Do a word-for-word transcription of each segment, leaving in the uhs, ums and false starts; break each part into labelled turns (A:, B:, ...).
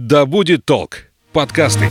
A: Да будет толк. Подкасты.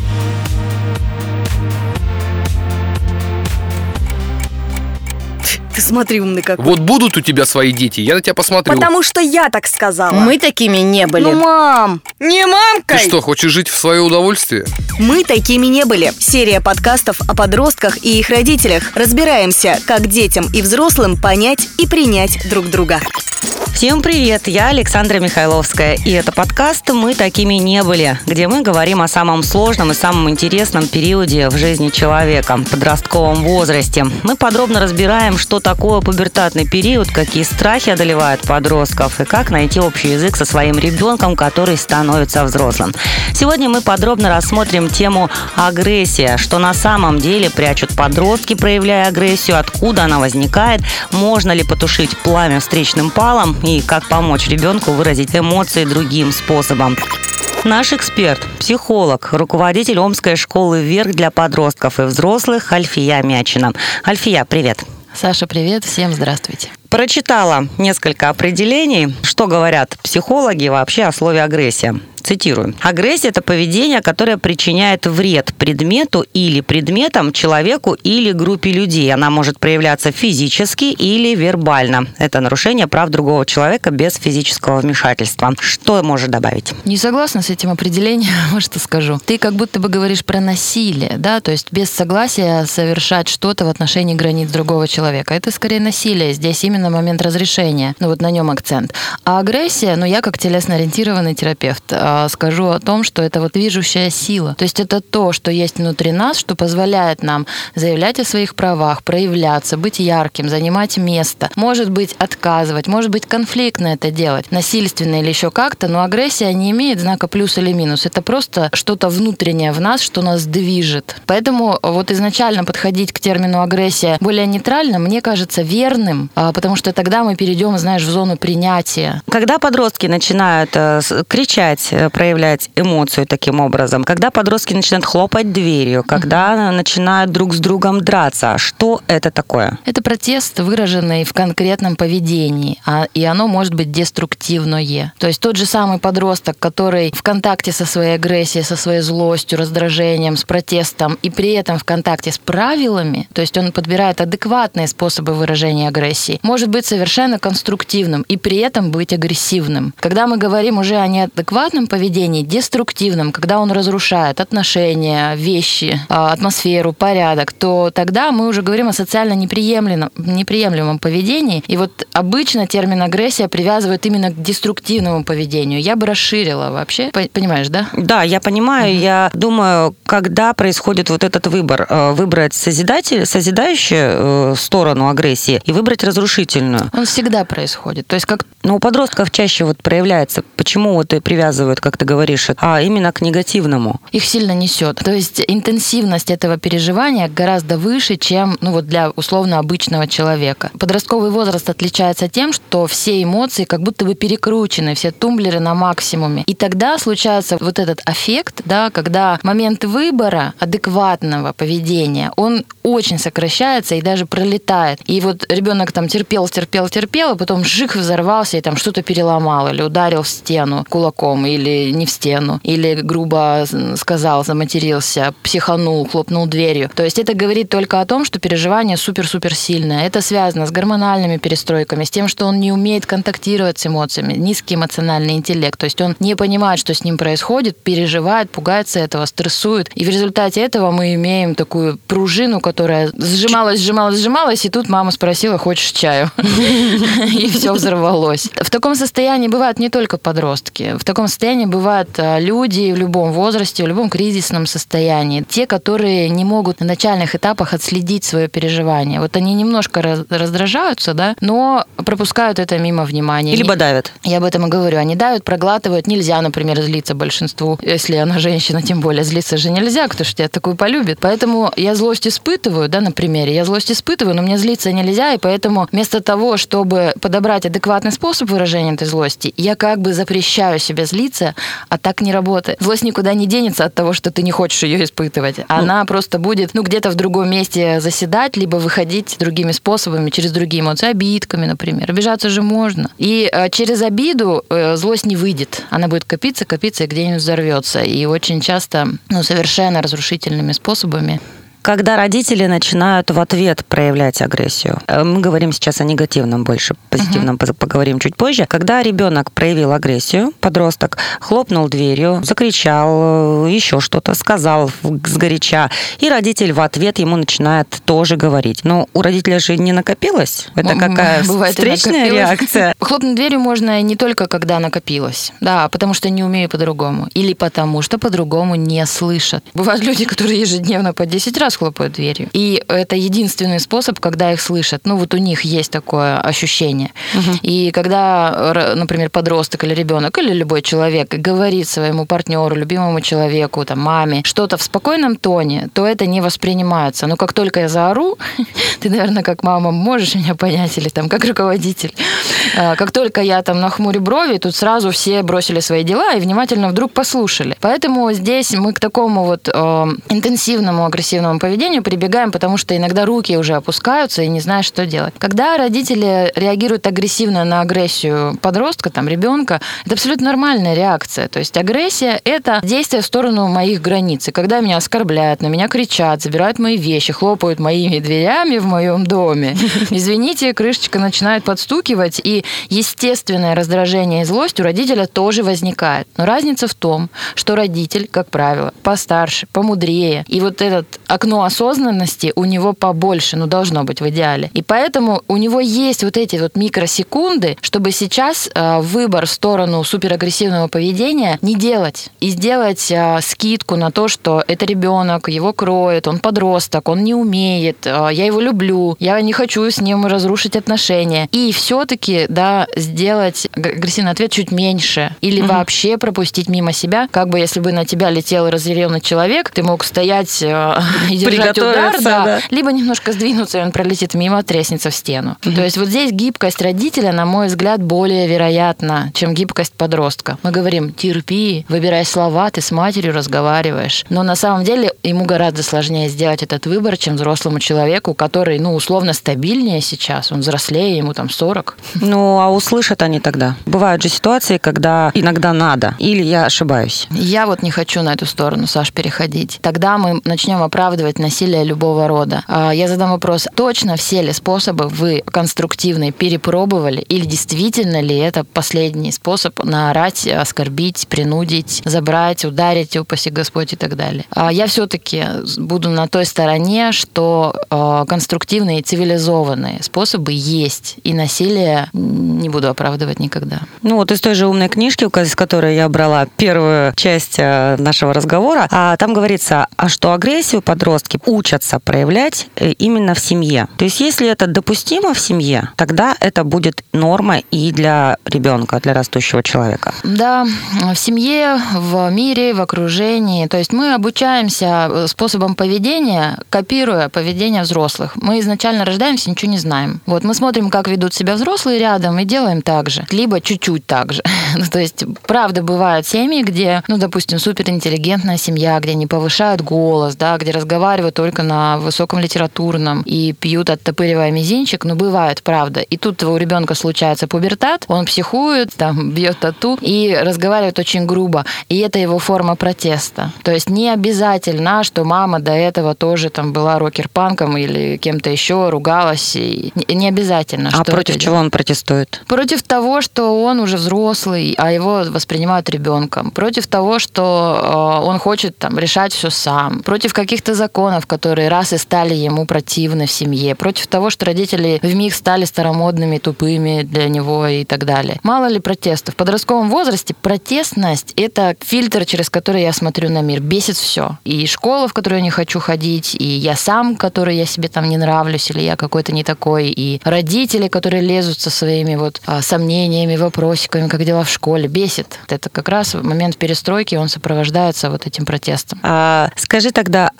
B: Ты смотри, умный какой.
C: Вот будут у тебя свои дети, я на тебя посмотрю.
B: Потому что я так сказала.
D: Мы такими не были.
B: Ну, мам, не мамкой.
C: Ты что, хочешь жить в свое удовольствие?
B: Мы такими не были. Серия подкастов о подростках и их родителях. Разбираемся, как детям и взрослым понять и принять друг друга.
D: Всем привет, я Александра Михайловская, и это подкаст «Мы такими не были», где мы говорим о самом сложном и самом интересном периоде в жизни человека – подростковом возрасте. Мы подробно разбираем, что такое пубертатный период, какие страхи одолевают подростков и как найти общий язык со своим ребенком, который становится взрослым. Сегодня мы подробно рассмотрим тему агрессия, что на самом деле прячут подростки, проявляя агрессию, откуда она возникает, можно ли потушить пламя встречным палом и как помочь ребенку выразить эмоции другим способом. Наш эксперт, психолог, руководитель Омской школы «Вверх» для подростков и взрослых Альфия Мячина. Альфия, привет.
E: Саша, привет. Всем здравствуйте.
D: Прочитала несколько определений, что говорят психологи вообще о слове «агрессия». Цитирую. Агрессия – это поведение, которое причиняет вред предмету или предметам, человеку или группе людей. Она может проявляться физически или вербально. Это нарушение прав другого человека без физического вмешательства. Что можешь добавить?
E: Не согласна с этим определением, вот что скажу. Ты как будто бы говоришь про насилие, да, то есть без согласия совершать что-то в отношении границ другого человека. Это скорее насилие. Здесь именно момент разрешения. Ну вот на нем акцент. А агрессия, ну я как телесно-ориентированный терапевт, скажу о том, что это вот движущая сила. То есть это то, что есть внутри нас, что позволяет нам заявлять о своих правах, проявляться, быть ярким, занимать место. Может быть, отказывать, может быть, конфликтно это делать, насильственно или еще как-то, но агрессия не имеет знака плюс или минус. Это просто что-то внутреннее в нас, что нас движет. Поэтому вот изначально подходить к термину агрессия более нейтрально, мне кажется, верным, потому что тогда мы перейдем, знаешь, в зону принятия.
D: Когда подростки начинают э, кричать, проявлять эмоцию таким образом, когда подростки начинают хлопать дверью, когда uh-huh. начинают друг с другом драться, что это такое?
E: Это протест, выраженный в конкретном поведении, а, и оно может быть деструктивное. То есть тот же самый подросток, который в контакте со своей агрессией, со своей злостью, раздражением, с протестом, и при этом в контакте с правилами, то есть он подбирает адекватные способы выражения агрессии, может быть совершенно конструктивным и при этом быть агрессивным. Когда мы говорим уже о неадекватном поведении, деструктивном, когда он разрушает отношения, вещи, атмосферу, порядок, то тогда мы уже говорим о социально неприемлемом, неприемлемом поведении. И вот обычно термин агрессия привязывают именно к деструктивному поведению. Я бы расширила вообще. Понимаешь, да?
D: Да, я понимаю. Угу. Я думаю, когда происходит вот этот выбор, выбрать созидатель, созидающую сторону агрессии и выбрать разрушительную.
E: Он всегда происходит. То есть как...
D: Но у подростков чаще вот проявляется, почему вот и привязывают, как ты говоришь, а именно к негативному.
E: Их сильно несет. То есть интенсивность этого переживания гораздо выше, чем ну вот для условно обычного человека. Подростковый возраст отличается тем, что все эмоции как будто бы перекручены, все тумблеры на максимуме. И тогда случается вот этот аффект, да, когда момент выбора адекватного поведения, он очень сокращается и даже пролетает. И вот ребенок там терпел, терпел, терпел, а потом жих взорвался и там что-то переломал или ударил в стену кулаком или не в стену, или грубо сказал, заматерился, психанул, хлопнул дверью. То есть это говорит только о том, что переживание супер-супер сильное. Это связано с гормональными перестройками, с тем, что он не умеет контактировать с эмоциями, низкий эмоциональный интеллект. То есть он не понимает, что с ним происходит, переживает, пугается этого, стрессует. И в результате этого мы имеем такую пружину, которая сжималась, сжималась, сжималась, и тут мама спросила, хочешь чаю? И все взорвалось. В таком состоянии бывают не только подростки. В таком состоянии бывают люди в любом возрасте, в любом кризисном состоянии. Те, которые не могут на начальных этапах отследить свое переживание. Вот они немножко раздражаются, да, но пропускают это мимо внимания.
D: Либо давят.
E: Я об этом и говорю. Они давят, проглатывают. Нельзя, например, злиться большинству. Если она женщина, тем более злиться же нельзя, кто ж тебя такую полюбит. Поэтому я злость испытываю, да, на примере. Я злость испытываю, но мне злиться нельзя, и поэтому вместо вместо того, чтобы подобрать адекватный способ выражения этой злости, я как бы запрещаю себе злиться, а так не работает. Злость никуда не денется от того, что ты не хочешь ее испытывать. Она ну. просто будет, ну, где-то в другом месте заседать, либо выходить другими способами, через другие эмоции, обидками, например. Обижаться же можно. И э, через обиду э, злость не выйдет. Она будет копиться, копиться и где-нибудь взорвется. И очень часто, ну, совершенно разрушительными способами.
D: Когда родители начинают в ответ проявлять агрессию, мы говорим сейчас о негативном больше, позитивном uh-huh. поговорим чуть позже. Когда ребенок проявил агрессию, подросток, хлопнул дверью, закричал, еще что-то сказал сгоряча, и родитель в ответ ему начинает тоже говорить. Но у родителя же не накопилось? Это какая
E: Бывает,
D: встречная реакция?
E: Хлопнуть дверью можно не только когда накопилось, да, потому что не умею по-другому, или потому что по-другому не слышат. Бывают люди, которые ежедневно по десять раз хлопают дверью. И это единственный способ, когда их слышат. Ну, вот у них есть такое ощущение. Угу. И когда, например, подросток или ребенок, или любой человек говорит своему партнеру, любимому человеку, там, маме, что-то в спокойном тоне, то это не воспринимается. Но как только я заору, ты, наверное, как мама можешь меня понять, или там как руководитель, как только я там нахмурю брови, тут сразу все бросили свои дела и внимательно вдруг послушали. Поэтому здесь мы к такому вот э, интенсивному агрессивному поведению прибегаем, потому что иногда руки уже опускаются и не знаешь, что делать. Когда родители реагируют агрессивно на агрессию подростка, там, ребенка, это абсолютно нормальная реакция. То есть агрессия – это действие в сторону моих границ. И когда меня оскорбляют, на меня кричат, забирают мои вещи, хлопают моими дверями в моем доме, извините, крышечка начинает подстукивать, и естественное раздражение и злость у родителя тоже возникает. Но разница в том, что родитель, как правило, постарше, помудрее, и вот этот окно осознанности у него побольше, ну, должно быть в идеале. И поэтому у него есть вот эти вот микросекунды, чтобы сейчас э, выбор в сторону суперагрессивного поведения не делать. И сделать э, скидку на то, что это ребенок, его кроет, он подросток, он не умеет, э, я его люблю, я не хочу с ним разрушить отношения. И все-таки, да, сделать агрессивный ответ чуть меньше. Или угу. вообще пропустить мимо себя. Как бы если бы на тебя летел разъяренный человек, ты мог стоять э, и держать удар, да, да. либо немножко сдвинуться, и он пролетит мимо, треснется в стену. Mm-hmm. То есть вот здесь гибкость родителя, на мой взгляд, более вероятна, чем гибкость подростка. Мы говорим, терпи, выбирай слова, ты с матерью разговариваешь. Но на самом деле ему гораздо сложнее сделать этот выбор, чем взрослому человеку, который, ну, условно стабильнее сейчас, он взрослее, ему там сорок.
D: Ну, а услышат они тогда? Бывают же ситуации, когда иногда надо, или я ошибаюсь?
E: Я вот не хочу на эту сторону, Саш, переходить. Тогда мы начнем оправдывать насилие любого рода. Я задам вопрос, точно все ли способы вы конструктивные перепробовали, или действительно ли это последний способ наорать, оскорбить, принудить, забрать, ударить, упаси Господь и так далее. Я все-таки буду на той стороне, что конструктивные и цивилизованные способы есть, и насилие не буду оправдывать никогда.
D: Ну вот из той же умной книжки, из которой я брала первую часть нашего разговора, там говорится, что агрессию подростки учатся проявлять именно в семье. То есть если это допустимо в семье, тогда это будет норма и для ребенка, для растущего человека.
E: Да, в семье, в мире, в окружении. То есть мы обучаемся способам поведения, копируя поведение взрослых. Мы изначально рождаемся, ничего не знаем. Вот мы смотрим, как ведут себя взрослые рядом, и делаем так же. Либо чуть-чуть так же. Ну, то есть, правда, бывают семьи, где, ну, допустим, суперинтеллигентная семья, где не повышают голос, да, где разговаривают только на высоком литературном и пьют, оттопыривая мизинчик, ну, бывает, правда. И тут у ребенка случается пубертат, он психует, там, бьет тату и разговаривает очень грубо. И это его форма протеста. То есть не обязательно, что мама до этого тоже там была рокер-панком или кем-то еще, ругалась. И не обязательно.
D: А против чего он протестует?
E: Против того, что он уже взрослый, а его воспринимают ребенком. Против того, что он хочет там решать все сам. Против каких-то законов, которые раз и стали ему противны в семье. Против того, что родители вмиг стали старомодными, тупыми для него и так далее. Мало ли протестов. В подростковом возрасте протестность – это фильтр, через который я смотрю на мир. Бесит все. И школа, в которую я не хочу ходить, и я сам, который я себе там не нравлюсь, или я какой-то не такой, и родители, которые лезут со своими вот а, сомнениями, вопросиками, как дела в школе. Бесит. Это как раз момент перестройки, он сопровождается вот этим протестом.
D: А, скажи тогда, агрессия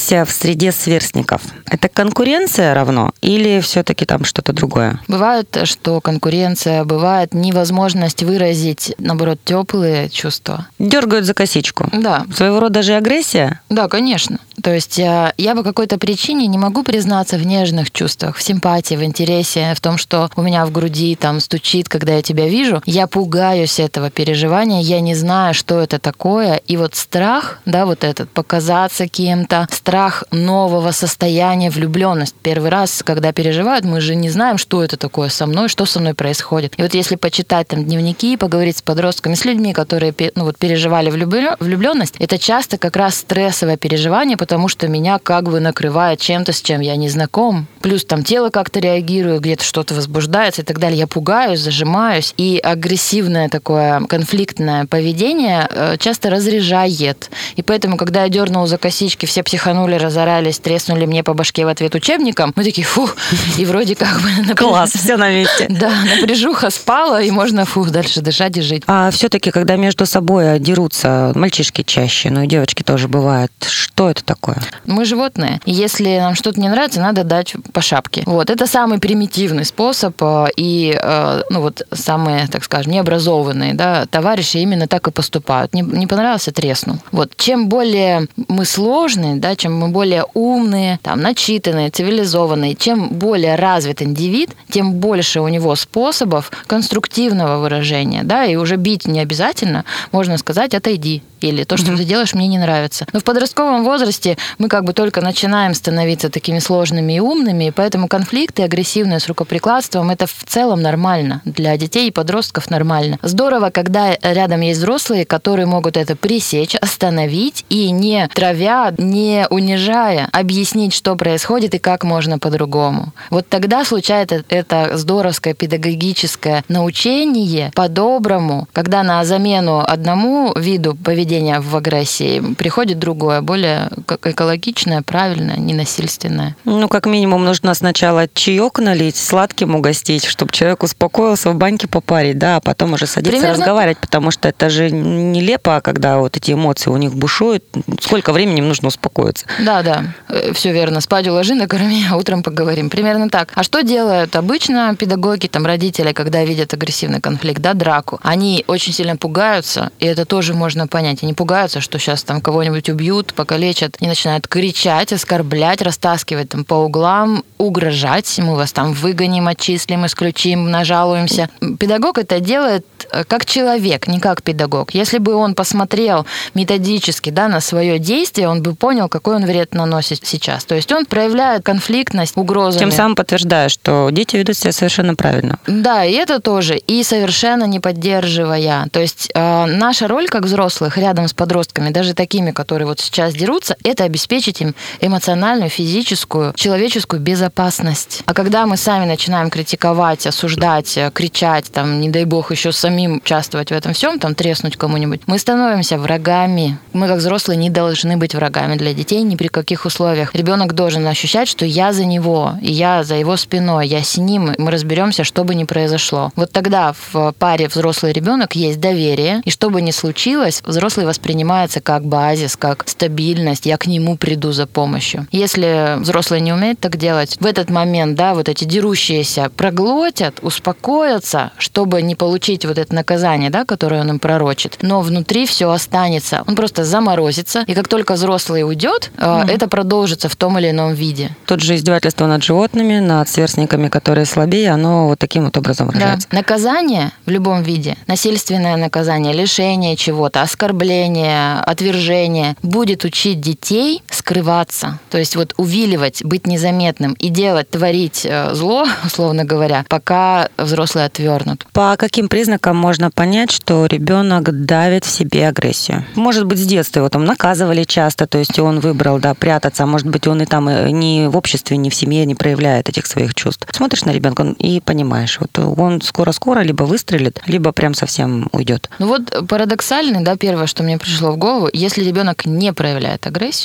D: агрессия в среде сверстников – это конкуренция равно или все-таки там что-то другое?
E: Бывает, что конкуренция, бывает невозможность выразить, наоборот, теплые чувства.
D: Дергают за косичку.
E: Да.
D: Своего рода же агрессия?
E: Да, конечно. То есть я, я по какой-то причине не могу признаться в нежных чувствах, в симпатии, в интересе, в том, что у меня в груди там стучит, когда я тебя вижу. Я пугаюсь этого переживания, я не знаю, что это такое. И вот страх, да, вот этот, показаться кем-то, страх нового состояния, влюбленность. Первый раз, когда переживают, мы же не знаем, что это такое со мной, что со мной происходит. И вот если почитать там дневники, поговорить с подростками, с людьми, которые ну, вот, переживали влюбленность, это часто как раз стрессовое переживание, потому что меня как бы накрывает чем-то, с чем я не знаком. Плюс там тело как-то реагирует, где-то что-то возбуждается и так далее. Я пугаюсь, зажимаюсь. И агрессивное такое конфликтное поведение часто разряжает. И поэтому, когда я дернула за косички, все психанули, разорались, треснули мне по башке в ответ учебником, мы такие, фух, и вроде как бы... Напряж...
D: Класс, все на месте.
E: Да, напряжуха спала, и можно, фух, дальше дышать и жить.
D: А все-таки, когда между собой дерутся мальчишки чаще, ну и девочки тоже бывает, что это такое?
E: Мы животные. И если нам что-то не нравится, надо дать по шапке. Вот, это самый примитивный способ, и, ну вот, самые, так скажем, необразованные, да, товарищи именно так и поступают. Не, не понравился, треснул. Вот, чем более мы сложные, да, чем мы более умные, там, начитанные, цивилизованные, чем более развит индивид, тем больше у него способов конструктивного выражения, да, и уже бить не обязательно, можно сказать, отойди, или то, что mm-hmm. ты делаешь, мне не нравится. Но в подростковом возрасте мы как бы только начинаем становиться такими сложными и умными, и поэтому конфликты агрессивные с рукоприкладством – это в целом нормально. Для детей и подростков нормально. Здорово, когда рядом есть взрослые, которые могут это пресечь, остановить и не травя, не унижая, объяснить, что происходит и как можно по-другому. Вот тогда случается это здоровское педагогическое научение по-доброму, когда на замену одному виду поведения в агрессии приходит другое, более экологичное, правильное, ненасильственное.
D: Ну, как минимум, нужно сначала чаек налить, сладким угостить, чтобы человек успокоился, в баньке попарить, да, а потом уже садиться Примерно... разговаривать, потому что это же нелепо, когда вот эти эмоции у них бушуют. Сколько времени им нужно успокоиться?
E: Да, да, все верно. Спать уложи, накорми, а утром поговорим. Примерно так. А что делают обычно педагоги, там, родители, когда видят агрессивный конфликт, да, драку? Они очень сильно пугаются, и это тоже можно понять. Они пугаются, что сейчас там кого-нибудь убьют, покалечат, и начинают кричать, оскорблять, растаскивать там по углам, угрожать. Мы вас там выгоним, отчислим, исключим, нажалуемся. Педагог это делает как человек, не как педагог. Если бы он посмотрел методически, да, на свое действие, он бы понял, какой он вред наносит сейчас. То есть он проявляет конфликтность угрозами.
D: Тем самым подтверждая, что дети ведут себя совершенно правильно.
E: Да, и это тоже. И совершенно не поддерживая. То есть э, наша роль как взрослых рядом с подростками, даже такими, которые вот сейчас дерутся, это обеспечить им эмоциональную, физическую, человеческую безопасность. А когда мы сами начинаем критиковать, осуждать, кричать, там, не дай бог, еще самим участвовать в этом всем, там, треснуть кому-нибудь, мы становимся врагами. Мы, как взрослые, не должны быть врагами для детей ни при каких условиях. Ребенок должен ощущать, что я за него, и я за его спиной, я с ним, мы разберемся, что бы ни произошло. Вот тогда в паре взрослый ребенок есть доверие, и что бы ни случилось, взрослый воспринимается как базис, как стабильность, я к нему приду за помощью. Если взрослый не умеет так делать, в этот момент, да, вот эти дерущиеся проглотят, успокоятся, чтобы не получить вот это наказание, да, которое он им пророчит, но внутри все останется. Он просто заморозится, и как только взрослый уйдет, mm-hmm. это продолжится в том или ином виде.
D: Тут же издевательство над животными, над сверстниками, которые слабее, оно вот таким вот образом выражается.
E: Да. Наказание в любом виде, насильственное наказание, лишение чего-то, оскорбление, отвержение, будет учить детей скрываться. То есть вот увиливать, быть незаметным и делать, творить зло, условно говоря, пока взрослые отвернут.
D: По каким признакам можно понять, что ребенок давит в себе агрессию? Может быть, с детства его там наказывали часто, то есть он выбрал, да, прятаться, а может быть, он и там ни в обществе, ни в семье не проявляет этих своих чувств. Смотришь на ребенка и понимаешь, вот он скоро-скоро либо выстрелит, либо прям совсем уйдет.
E: Ну вот парадоксально, да, первое, что мне пришло в голову, если ребенок не проявляет агрессию, ни в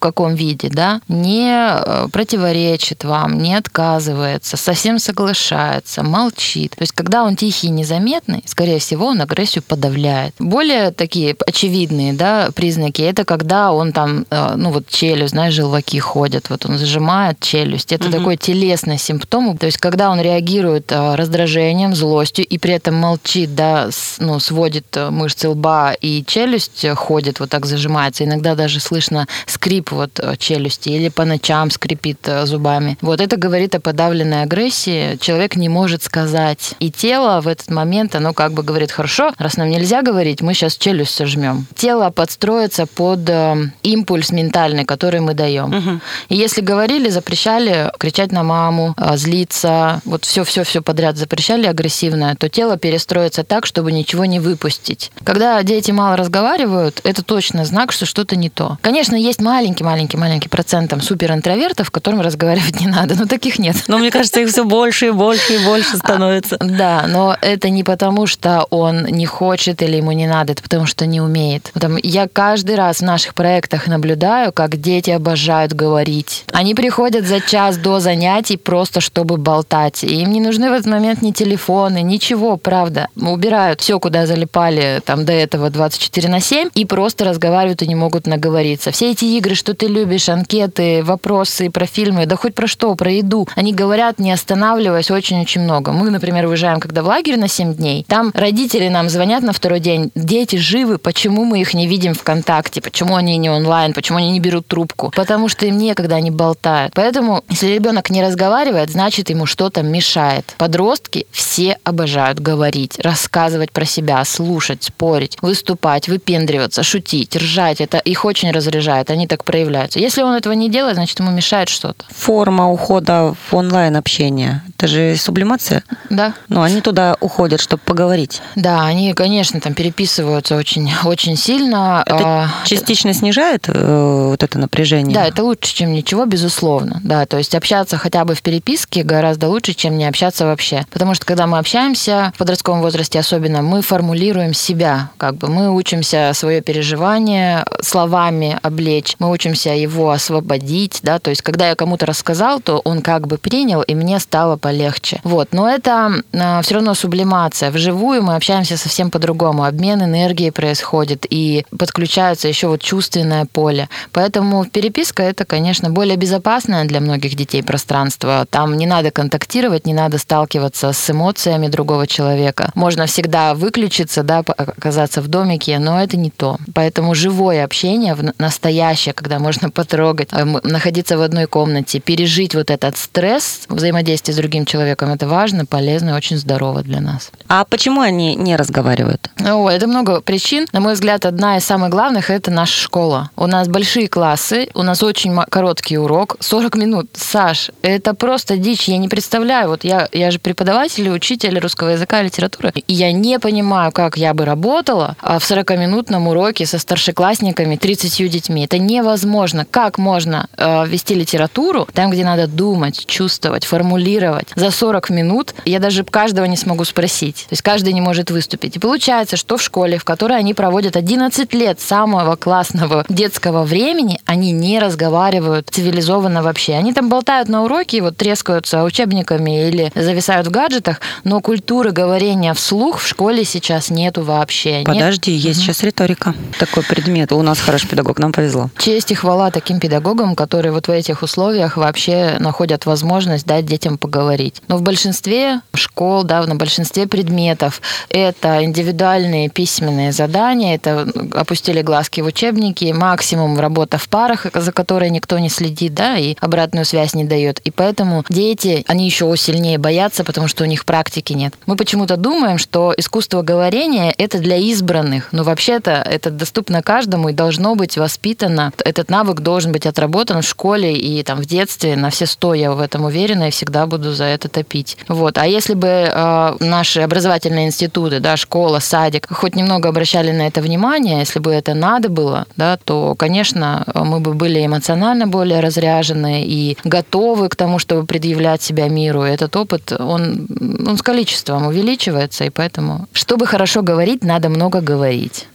E: каком виде, да, не противоречит вам, не отказывается, совсем соглашается, молчит. То есть, когда он тихий и незаметный, скорее всего, он агрессию подавляет. Более такие очевидные, да, признаки, это когда он там, ну вот челюсть, знаешь, желваки ходят, вот он зажимает челюсть. Это угу. такой телесный симптом. То есть, когда он реагирует раздражением, злостью и при этом молчит, да, ну, сводит мышцы лба и челюсть ходит, вот так зажимается. Иногда даже слышно скрип вот челюсти или по ночам скрипит зубами. Вот это говорит о подавленной агрессии. Человек не может сказать. И тело в этот момент, оно как бы говорит: хорошо, раз нам нельзя говорить, мы сейчас челюсть сожмем. Тело подстроится под импульс ментальный, который мы даем. Угу. И если говорили, запрещали кричать на маму, злиться, вот все-все-все подряд запрещали агрессивное, то тело перестроится так, чтобы ничего не выпустить. Когда дети мало разговаривают, это точно знак, что что-то не то. Конечно, есть маленький-маленький-маленький процент там суперинтровертов, которым разговаривать не надо, но таких нет.
D: Но мне кажется, их все больше и больше и больше становится.
E: А, да, но это не потому, что он не хочет или ему не надо, это потому, что не умеет. Потому, я каждый раз в наших проектах наблюдаю, как дети обожают говорить. Они приходят за час до занятий просто, чтобы болтать. И им не нужны в этот момент ни телефоны, ничего, правда. Убирают все, куда залипали там до этого двадцать четыре на семь, и просто разговаривают и не могут наговориться. Все эти игры, что ты любишь, анкеты, вопросы про фильмы, да хоть про что, про еду, они говорят, не останавливаясь, очень-очень много. Мы, например, уезжаем, когда в лагерь на семь дней, там родители нам звонят на второй день: дети живы, почему мы их не видим ВКонтакте, почему они не онлайн, почему они не берут трубку? Потому что им некогда, они болтают. Поэтому, если ребенок не разговаривает, значит, ему что-то мешает. Подростки все обожают говорить, рассказывать про себя, слушать, спорить, выступать, выпендриваться, шутить, ржать. Это их очень разряжает, они так проявляются. Если он этого не делает, значит, ему мешает что-то.
D: Форма ухода в онлайн-общение, это же сублимация?
E: Да.
D: Но они туда уходят, чтобы поговорить.
E: Да, они, конечно, там переписываются очень, очень сильно.
D: Это частично снижает э, вот это напряжение?
E: Да, это лучше, чем ничего, безусловно. Да, то есть общаться хотя бы в переписке гораздо лучше, чем не общаться вообще. Потому что, когда мы общаемся, в подростковом возрасте особенно, мы формулируем себя. Как бы мы учимся свое переживание словами облечь, мы учимся его освободить, да, то есть, когда я кому-то рассказал, то он как бы принял, и мне стало полегче. Вот, но это э, все равно сублимация. Вживую мы общаемся совсем по-другому. Обмен энергией происходит, и подключается еще вот чувственное поле. Поэтому переписка — это, конечно, более безопасное для многих детей пространство. Там не надо контактировать, не надо сталкиваться с эмоциями другого человека. Можно всегда выключиться, да, оказаться в домике, но это не то. Поэтому живое общение, настоящее, когда можно потрогать, находиться в одной комнате, пережить вот этот стресс, взаимодействие с другим человеком, это важно, полезно и очень здорово для нас.
D: А почему они не разговаривают?
E: О, это много причин. На мой взгляд, одна из самых главных — это наша школа. У нас большие классы, у нас очень короткий урок, сорок минут. Саш, это просто дичь, я не представляю. Вот я, я же преподаватель и учитель русского языка и литературы, и я не понимаю, как я бы работала в сорокаминутном уроке со старшеклассниками, тридцатью детьми. Это невозможно. Как можно э, вести литературу там, где надо думать, чувствовать, формулировать за сорок минут? Я даже каждого не смогу спросить. То есть каждый не может выступить. И получается, что в школе, в которой они проводят одиннадцать лет самого классного детского времени, они не разговаривают цивилизованно вообще. Они там болтают на уроке, вот трескаются учебниками или зависают в гаджетах, но культуры говорения вслух в школе сейчас нету вообще.
D: Подожди,
E: Нет?
D: есть угу. сейчас риторика. Такой предмет. У нас хороший педагог, нам повезло.
E: Честь и хвала таким педагогам, которые вот в этих условиях вообще находят возможность дать детям поговорить. Но в большинстве школ, да, на большинстве предметов это индивидуальные письменные задания, это опустили глазки в учебники, максимум работа в парах, за которой никто не следит, да, и обратную связь не дает. И поэтому дети, они еще сильнее боятся, потому что у них практики нет. Мы почему-то думаем, что искусство говорения — это для избранных, но вообще-то это доступно каждому и должно быть воспитано. Этот навык должен быть отработан в школе и там в детстве на все сто, я в этом уверена, и всегда буду за это топить. Вот. А если бы э, наши образовательные институты, да, школа, садик, хоть немного обращали на это внимание, если бы это надо было, да, то, конечно, мы бы были эмоционально более разряжены и готовы к тому, чтобы предъявлять себя миру. И этот опыт, он, он с количеством увеличивается, и поэтому, чтобы хорошо говорить, надо много говорить.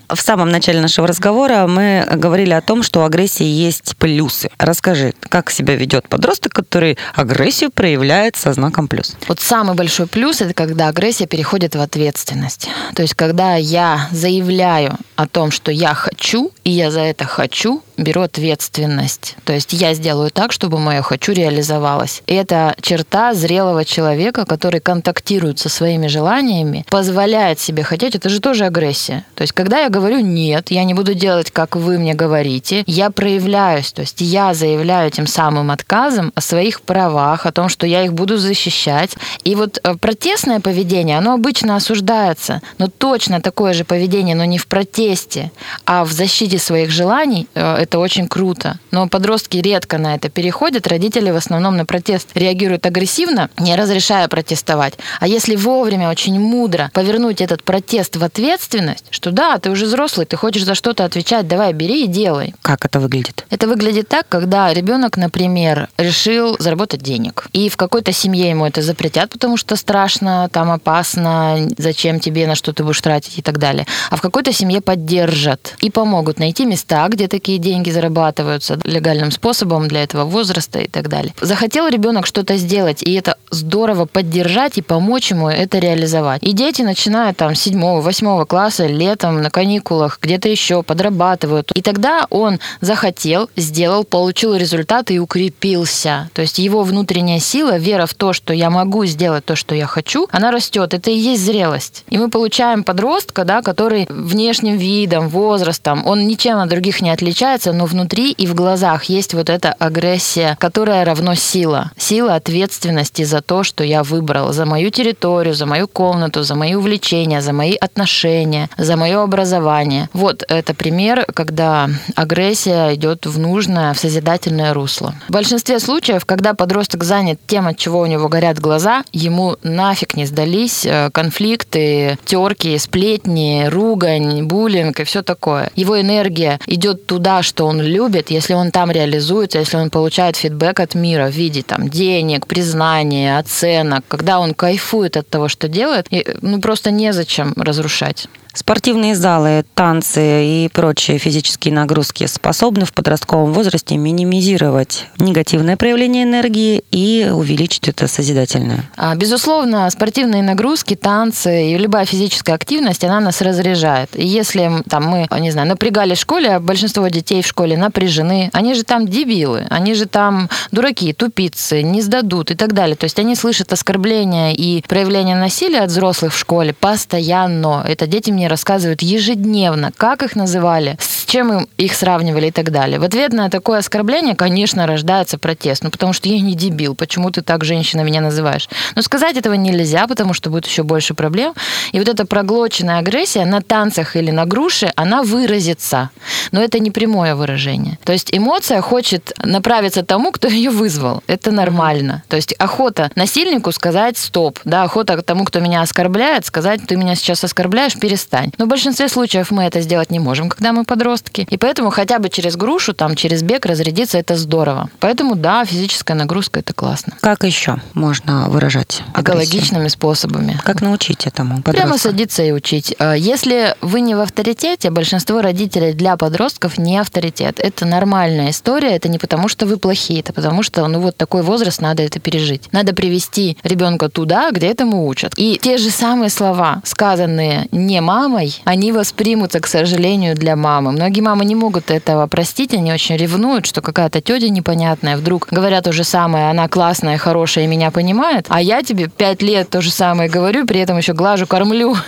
D: В самом начале нашего разговора мы говорили о том, что у агрессии есть плюсы. Расскажи, как себя ведет подросток, который агрессию проявляет со знаком плюс?
E: Вот самый большой плюс – это когда агрессия переходит в ответственность. То есть, когда я заявляю о том, что я хочу, и я за это хочу, беру ответственность. То есть я сделаю так, чтобы мое «хочу» реализовалось. И это черта зрелого человека, который контактирует со своими желаниями, позволяет себе хотеть. Это же тоже агрессия. То есть когда я говорю «нет», я не буду делать, как вы мне говорите, я проявляюсь. То есть я заявляю тем самым отказом о своих правах, о том, что я их буду защищать. И вот протестное поведение, оно обычно осуждается. Но точно такое же поведение, но не в протесте, а в защите своих желаний, это очень круто. Но подростки редко на это переходят. Родители в основном на протест реагируют агрессивно, не разрешая протестовать. А если вовремя, очень мудро повернуть этот протест в ответственность, что да, ты уже взрослый, ты хочешь за что-то отвечать, давай, бери и делай.
D: Как это выглядит?
E: Это выглядит так, когда ребенок, например, решил заработать денег. И в какой-то семье ему это запретят, потому что страшно, там опасно, зачем тебе, на что ты будешь тратить и так далее. А в какой-то семье поддержат и помогут найти места, где такие деньги зарабатываются легальным способом для этого возраста и так далее. Захотел ребенок что-то сделать, и это здорово поддержать и помочь ему это реализовать. И дети начинают там с седьмого, восьмого класса летом на каникулах где-то еще подрабатывают. И тогда он захотел, сделал, получил результат и укрепился. То есть его внутренняя сила, вера в то, что я могу сделать то, что я хочу, она растет. Это и есть зрелость. И мы получаем подростка, да, который внешним видом, возрастом, он ничем от других не отличается, но внутри и в глазах есть вот эта агрессия, которая равно сила. Сила ответственности за то, что я выбрал, за мою территорию, за мою комнату, за мои увлечения, за мои отношения, за мое образование. Вот это пример, когда агрессия идет в нужное, в созидательное русло. В большинстве случаев, когда подросток занят тем, от чего у него горят глаза, ему нафиг не сдались конфликты, терки, сплетни, ругань, буллинг и все такое. Его энергия идет туда, что он любит, если он там реализуется, если он получает фидбэк от мира в виде там, денег, признания, оценок, когда он кайфует от того, что делает, и, ну просто незачем разрушать.
D: Спортивные залы, танцы и прочие физические нагрузки способны в подростковом возрасте минимизировать негативное проявление энергии и увеличить это созидательное.
E: Безусловно, спортивные нагрузки, танцы и любая физическая активность, она нас разряжает. И если там, мы, не знаю, напрягались в школе, а большинство детей в школе напряжены, они же там дебилы, они же там дураки, тупицы, не сдадут и так далее. То есть они слышат оскорбления и проявления насилия от взрослых в школе постоянно. Это дети мне рассказывают ежедневно, как их называли, с чем им их сравнивали и так далее. В ответ на такое оскорбление, конечно, рождается протест. Ну, потому что я не дебил, почему ты так, женщина, меня называешь? Но сказать этого нельзя, потому что будет еще больше проблем. И вот эта проглоченная агрессия на танцах или на груше, она выразится. Но это не прямое выражение. То есть эмоция хочет направиться тому, кто ее вызвал. Это нормально. То есть охота насильнику сказать «стоп». Да, охота тому, кто меня оскорбляет, сказать «ты меня сейчас оскорбляешь, перестань». Но в большинстве случаев мы это сделать не можем, когда мы подростки. И поэтому хотя бы через грушу, там, через бег разрядиться – это здорово. Поэтому, да, физическая нагрузка – это классно.
D: Как еще можно выражать агрессию?
E: Экологичными способами.
D: Как научить этому подростка?
E: Прямо садиться и учить. Если вы не в авторитете, большинство родителей для подростков не авторитет. Это нормальная история. Это не потому, что вы плохие, это потому, что ну вот такой возраст, надо это пережить. Надо привести ребенка туда, где этому учат. И те же самые слова, сказанные не мамой, они воспримутся, к сожалению, для мамы. Многие мамы не могут этого простить, они очень ревнуют, что какая-то тетя непонятная вдруг говорят то же самое, она классная, хорошая и меня понимает, а я тебе пять лет то же самое говорю, при этом еще глажу, кормлю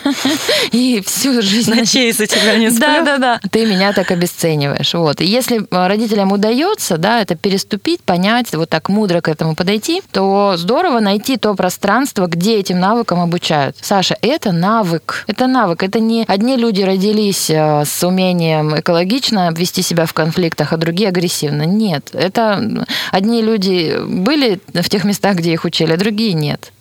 E: и всю жизнь...
D: Ночей за тебя не сплю.
E: Да-да-да. Ты меня так обесцениваешь. Вот. И если родителям удается, да, это переступить, понять, вот так мудро к этому подойти, то здорово найти то пространство, где этим навыкам обучают. Саша, это навык. Это навык. Это не одни люди родились с умением экологично вести себя в конфликтах, а другие агрессивно. Нет. Это одни люди были в тех местах, где их учили, а другие нет.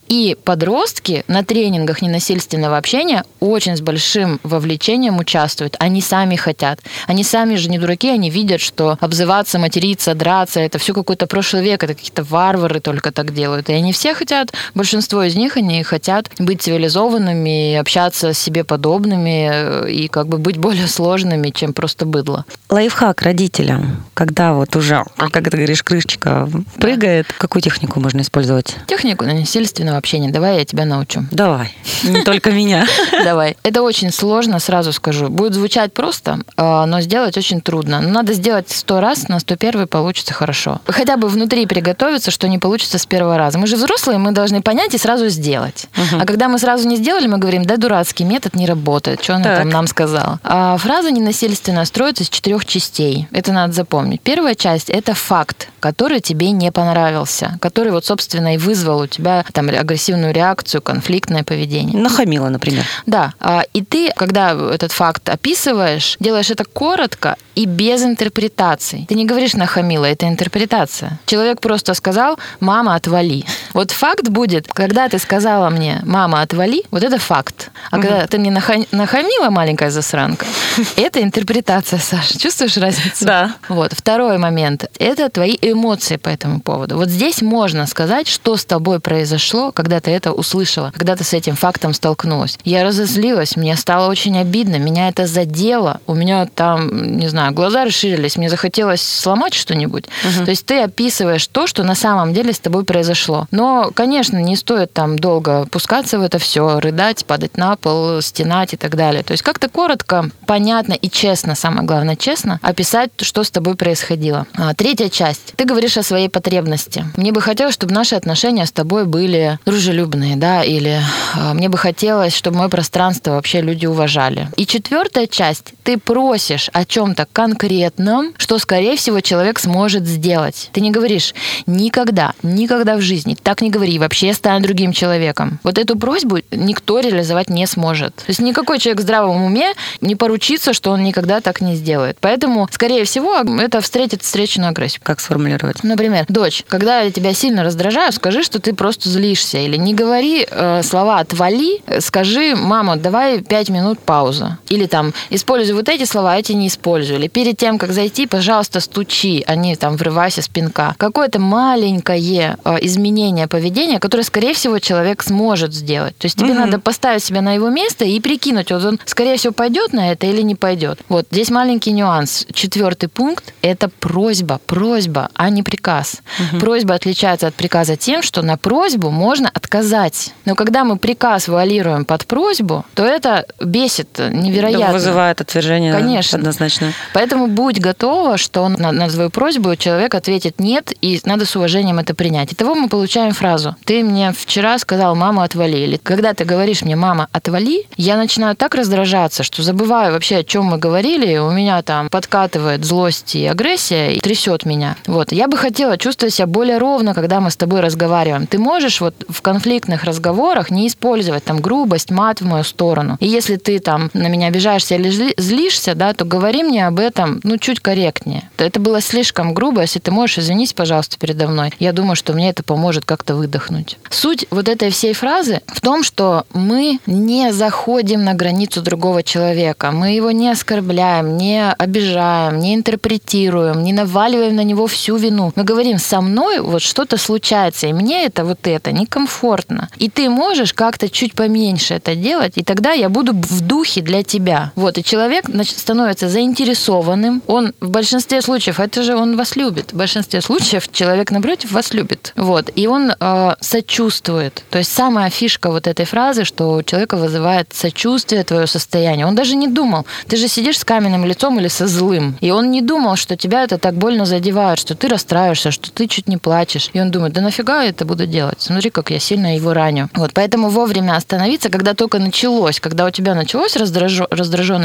E: И подростки на тренингах ненасильственного общения очень с большим вовлечением участвуют. Они сами хотят. Они сами же не дураки, они видят, что обзываться, материться, драться, это все какой-то прошлый век, это какие-то варвары только так делают. И они все хотят, большинство из них, они хотят быть цивилизованными, общаться с себе подобными и как бы быть более сложными, чем просто быдло.
D: Лайфхак родителям, когда вот уже, как ты говоришь, крышечка прыгает, какую технику можно использовать?
E: Технику ненасильственного общения. Давай я тебя научу.
D: Давай. Не только меня.
E: Давай. Это очень сложно, сразу скажу. Будет звучать просто, но сделать очень трудно. Надо сделать сто раз, на сто первый получится хорошо. Хотя бы внутри приготовиться, что не получится с первого раза. Мы же взрослые, мы должны понять и сразу сделать. Угу. А когда мы сразу не сделали, мы говорим, да, дурацкий метод не работает. Что она так. там нам сказала? А фраза ненасильственная строится из четырех частей. Это надо запомнить. Первая часть – это факт, который тебе не понравился, который вот, собственно, и вызвал у тебя там агрессивную реакцию, конфликтное поведение.
D: Нахамила, например.
E: Да. И ты, когда этот факт описываешь, делаешь это коротко и без интерпретаций. Ты не говоришь «нахамила», это интерпретация. Человек просто сказал «мама, отвали». Вот факт будет, когда ты сказала мне «мама, отвали», вот это факт. А угу. когда ты мне нахамила, маленькая засранка, это интерпретация, Саша. Чувствуешь разницу?
D: Да.
E: Вот. Второй момент – это твои эмоции по этому поводу. Вот здесь можно сказать, что с тобой произошло, когда ты это услышала, когда ты с этим фактом столкнулась. Я разозлилась, мне стало очень обидно, меня это задело, у меня там, не знаю, глаза расширились, мне захотелось сломать что-нибудь. Угу. То есть ты описываешь то, что на самом деле с тобой произошло. Но, конечно, не стоит там долго пускаться в это все, рыдать, падать на пол, стенать и так далее. То есть как-то коротко, понятно и честно, самое главное, честно, описать, что с тобой происходило. А, третья часть. Ты говоришь о своей потребности. Мне бы хотелось, чтобы наши отношения с тобой были дружелюбные, да, или а, мне бы хотелось, чтобы мое пространство вообще люди уважали. И четвертая часть. Ты просишь о чем-то конкретном, что, скорее всего, человек сможет сделать. Ты не говоришь никогда, никогда в жизни, так не говори, вообще стань другим человеком. Вот эту просьбу никто реализовать не сможет. То есть никакой человек в здравом уме не поручится, что он никогда так не сделает. Поэтому, скорее всего, это встретит встречную агрессию.
D: Как сформулировать?
E: Например, дочь, когда я тебя сильно раздражаю, скажи, что ты просто злишься. Или не говори э, слова «отвали», скажи «мама, давай пять минут пауза». Или там «используй вот эти слова, а эти не используй». Или перед тем, как зайти, пожалуйста, стучи, а не там врывайся с пинка. Какое-то маленькое э, изменение поведения, которое, скорее всего, человек сможет сделать. То есть тебе mm-hmm. надо поставить себя на его место и прикинуть, вот он, скорее всего, пойдет на это или не пойдет. Вот здесь маленький нюанс. Четвертый пункт – это просьба. Просьба, а не приказ. Mm-hmm. Просьба отличается от приказа тем, что на просьбу можно отказать. Но когда мы приказ вуалируем под просьбу, то это бесит невероятно.
D: Да, вызывает отвержение.
E: Конечно.
D: Однозначно.
E: Поэтому будь готова, что на, на твою просьбу человек ответит «нет», и надо с уважением это принять. Итого мы получаем фразу «ты мне вчера сказал, мама, отвали». Или когда ты говоришь мне «мама, отвали», я начинаю так раздражаться, что забываю вообще, о чем мы говорили, у меня там подкатывает злость и агрессия, и трясет меня. Вот. Я бы хотела чувствовать себя более ровно, когда мы с тобой разговариваем. Ты можешь вот в конфликтных разговорах не использовать там грубость, мат в мою сторону. И если ты там на меня обижаешься или злишься, да, то говори мне об этом, ну, чуть корректнее. Это было слишком грубо. Если ты можешь, извинись, пожалуйста, передо мной. Я думаю, что мне это поможет как-то выдохнуть. Суть вот этой всей фразы в том, что мы не заходим на границу другого человека. Мы его не оскорбляем, не обижаем, не интерпретируем, не наваливаем на него всю вину. Мы говорим, со мной вот что-то случается, и мне это вот это некомфортно. И ты можешь как-то чуть поменьше это делать, и тогда я буду в духе для тебя. Вот, и человек, значит, становится заинтересованным. Он в большинстве случаев, это же он вас любит. В большинстве случаев человек напротив вас любит. Вот, и он э, сочувствует. То есть самая фишка вот этой фразы, что у человека вызывает сочувствие твое состояние. Он даже не думал. Ты же сидишь с каменным лицом или со злым. И он не думал, что тебя это так больно задевает, что ты расстраиваешься, что ты чуть не плачешь. И он думает, да нафига я это буду делать? Смотри, как я сильно его раню. Вот, поэтому вовремя остановиться, когда только началось, когда у тебя началось раздраженное состояние,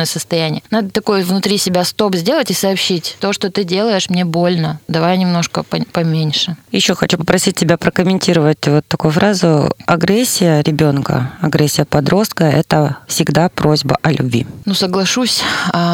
E: состоянии. Надо такой внутри себя стоп сделать и сообщить: то, что ты делаешь, мне больно, давай немножко поменьше.
D: Еще хочу попросить тебя прокомментировать вот такую фразу: агрессия ребенка, агрессия подростка — это всегда просьба о любви.
E: Ну, соглашусь.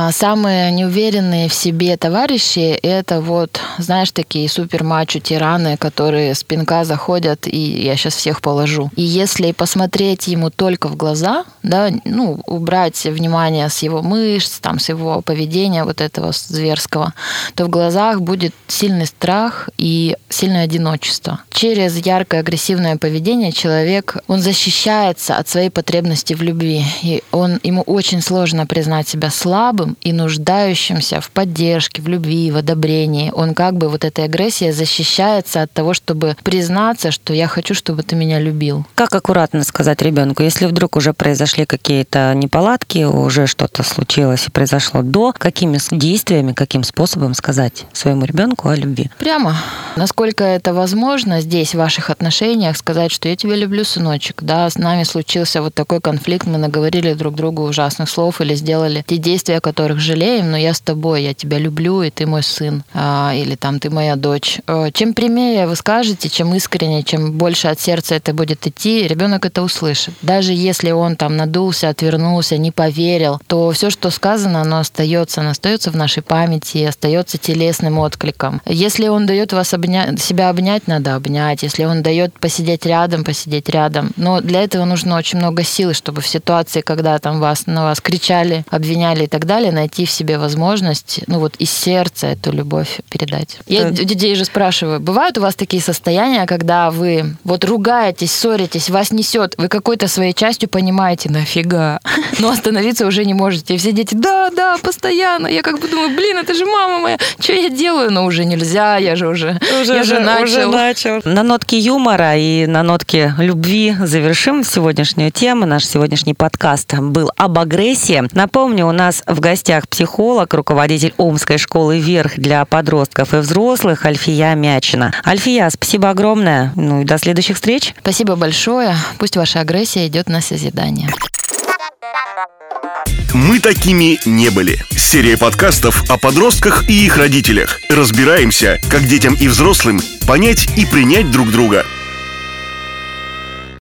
E: Самые неуверенные в себе товарищи — это вот, знаешь, такие супер-мачо-тираны, которые с пинка заходят, и я сейчас всех положу. И если посмотреть ему только в глаза, да, ну, убрать внимание с его мышц, там, с его поведения вот этого зверского, то в глазах будет сильный страх и сильное одиночество. Через яркое агрессивное поведение человек, он защищается от своей потребности в любви. И он, ему очень сложно признать себя слабым и нуждающимся в поддержке, в любви, в одобрении. Он как бы вот этой агрессией защищается от того, чтобы признаться, что я хочу, чтобы ты меня любил.
D: Как аккуратно сказать ребенку, если вдруг уже произошли какие-то неполадки, уже что-то случилось и произошло до, какими действиями, каким способом сказать своему ребенку о любви?
E: Прямо. Насколько это возможно здесь, в ваших отношениях, сказать, что я тебя люблю, сыночек. Да, с нами случился вот такой конфликт, мы наговорили друг другу ужасных слов или сделали те действия, о которых жалеем, но я с тобой, я тебя люблю, и ты мой сын, а, или там ты моя дочь. Чем прямее вы скажете, чем искренне, чем больше от сердца это будет идти, ребенок это услышит. Даже если он там надулся, отвернулся, не поверил, то все, что сказано, оно остается, оно остается в нашей памяти, остается телесным откликом. Если он дает вас обнять, себя обнять, надо обнять. Если он дает посидеть рядом, посидеть рядом. Но для этого нужно очень много сил, чтобы в ситуации, когда там вас, на вас кричали, обвиняли и так далее, найти в себе возможность, ну вот из сердца эту любовь передать. Я детей же спрашиваю, бывают у вас такие состояния, когда вы вот ругаетесь, ссоритесь, вас несет, вы какой-то своей частью понимаете, нафига, но остановиться уже не можете. И все дети, да, да, постоянно. Я как бы думаю, блин, это же мама моя, что я делаю? Но уже нельзя, я же уже,
D: уже
E: я же начал.
D: Уже начал. На нотке юмора и на нотке любви завершим сегодняшнюю тему. Наш сегодняшний подкаст был об агрессии. Напомню, у нас в гостях психолог, руководитель Омской школы «Верх» для подростков и взрослых Альфия Мячина. Альфия, спасибо огромное. Ну и до следующих встреч.
E: Спасибо большое. Пусть ваша агрессия идет на созидание.
A: Мы такими не были. Серия подкастов о подростках и их родителях. Разбираемся, как детям и взрослым понять и принять друг друга.